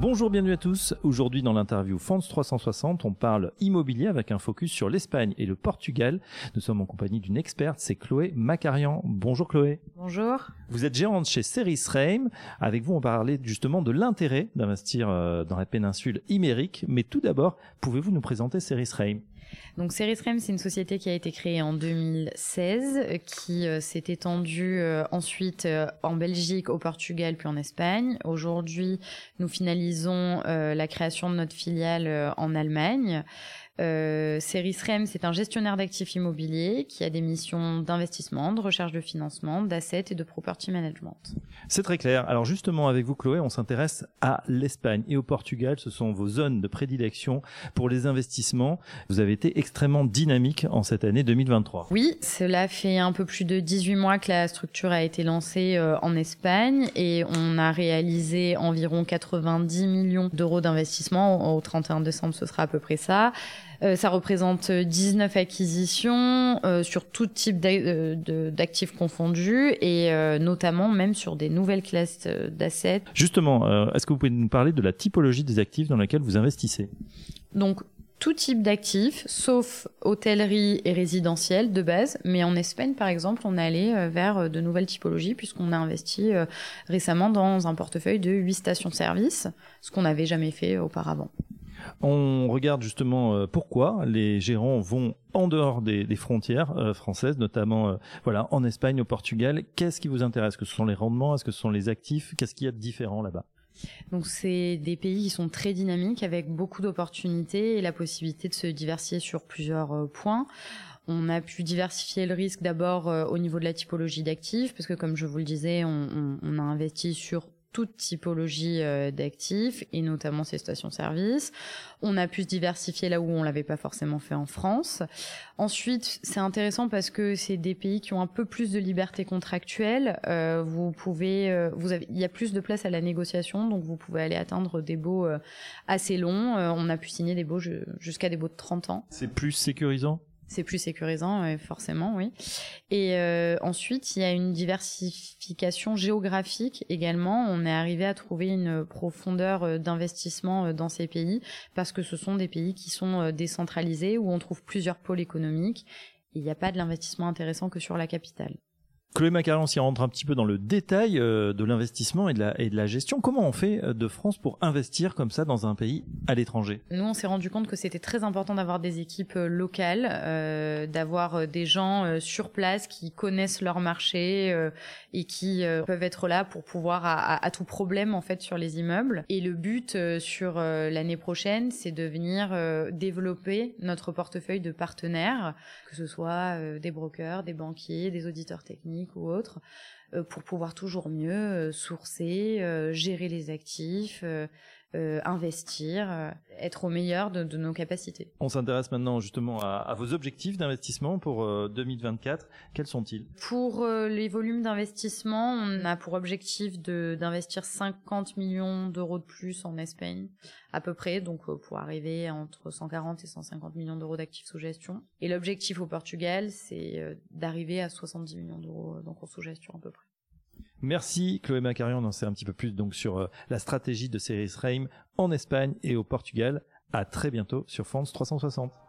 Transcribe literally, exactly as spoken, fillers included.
Bonjour, bienvenue à tous. Aujourd'hui dans l'interview Fonds trois cent soixante, on parle immobilier avec un focus sur l'Espagne et le Portugal. Nous sommes en compagnie d'une experte, c'est Chloé Macarian. Bonjour Chloé. Bonjour. Vous êtes gérante chez Ceris Reim. Avec vous, on parlait justement de l'intérêt d'investir dans la péninsule ibérique. Mais tout d'abord, pouvez-vous nous présenter Ceris Reim ? Donc Ceris Reim, c'est une société qui a été créée en deux mille seize, qui euh, s'est étendue euh, ensuite euh, en Belgique, au Portugal, puis en Espagne. Aujourd'hui, nous finalisons euh, la création de notre filiale euh, en Allemagne. Euh, Ceris Reim, c'est un gestionnaire d'actifs immobiliers qui a des missions d'investissement, de recherche de financement, d'assets et de property management. C'est très clair. Alors justement, avec vous Chloé, on s'intéresse à l'Espagne et au Portugal. Ce sont vos zones de prédilection pour les investissements. Vous avez été extrêmement dynamique en cette année deux mille vingt-trois. Oui, cela fait un peu plus de dix-huit mois que la structure a été lancée euh, en Espagne et on a réalisé environ quatre-vingt-dix millions d'euros d'investissement. Au trente et un décembre, ce sera à peu près ça. Euh, ça représente dix-neuf acquisitions euh, sur tout type d'actifs confondus et euh, notamment même sur des nouvelles classes d'assets. Justement, euh, est-ce que vous pouvez nous parler de la typologie des actifs dans lesquels vous investissez ? Donc, tout type d'actifs, sauf hôtellerie et résidentiel de base. Mais en Espagne, par exemple, on est allé vers de nouvelles typologies puisqu'on a investi récemment dans un portefeuille de huit stations-service, ce qu'on n'avait jamais fait auparavant. On regarde justement euh, pourquoi les gérants vont en dehors des, des frontières euh, françaises, notamment euh, voilà, en Espagne, au Portugal. Qu'est-ce qui vous intéresse ? Est-ce que ce sont les rendements ? Est-ce que ce sont les actifs ? Qu'est-ce qu'il y a de différent là-bas ? Donc c'est des pays qui sont très dynamiques avec beaucoup d'opportunités et la possibilité de se diversifier sur plusieurs euh, points. On a pu diversifier le risque d'abord euh, au niveau de la typologie d'actifs parce que comme je vous le disais, on, on, on a investi sur toute typologie euh, d'actifs et notamment ces stations-service. On a pu se diversifier là où on l'avait pas forcément fait en France. Ensuite, c'est intéressant parce que c'est des pays qui ont un peu plus de liberté contractuelle. Euh, vous pouvez, euh, vous avez, il y a plus de place à la négociation, donc vous pouvez aller atteindre des baux euh, assez longs. Euh, on a pu signer des baux jusqu'à des baux de trente ans. C'est plus sécurisant ? C'est plus sécurisant, forcément, oui. Et euh, ensuite, il y a une diversification géographique également. On est arrivé à trouver une profondeur d'investissement dans ces pays parce que ce sont des pays qui sont décentralisés où on trouve plusieurs pôles économiques. Il n'y a pas de l'investissement intéressant que sur la capitale. Chloé Macarian, si on rentre un petit peu dans le détail euh, de l'investissement et de, la, et de la gestion, comment on fait de France pour investir comme ça dans un pays à l'étranger ? Nous, on s'est rendu compte que c'était très important d'avoir des équipes locales, euh, d'avoir des gens euh, sur place qui connaissent leur marché euh, et qui euh, peuvent être là pour pouvoir à, à, à tout problème en fait sur les immeubles. Et le but euh, sur euh, l'année prochaine, c'est de venir euh, développer notre portefeuille de partenaires, que ce soit euh, des brokers, des banquiers, des auditeurs techniques ou autres, euh, pour pouvoir toujours mieux euh, sourcer, euh, gérer les actifs, euh, euh, investir, euh, être au meilleur de, de nos capacités. On s'intéresse maintenant justement à, à vos objectifs d'investissement pour euh, deux mille vingt-quatre. Quels sont-ils ? Pour euh, les volumes d'investissement, on a pour objectif de, d'investir cinquante millions d'euros de plus en Espagne, à peu près, donc euh, pour arriver entre cent quarante et cent cinquante millions d'euros d'actifs sous gestion. Et l'objectif au Portugal, c'est euh, d'arriver à soixante-dix millions d'euros d'encours sous gestion à peu près. Merci Chloé Macarian, on en sait un petit peu plus donc sur euh, la stratégie de Ceris Reim en Espagne et au Portugal. À très bientôt sur Fonds trois cent soixante.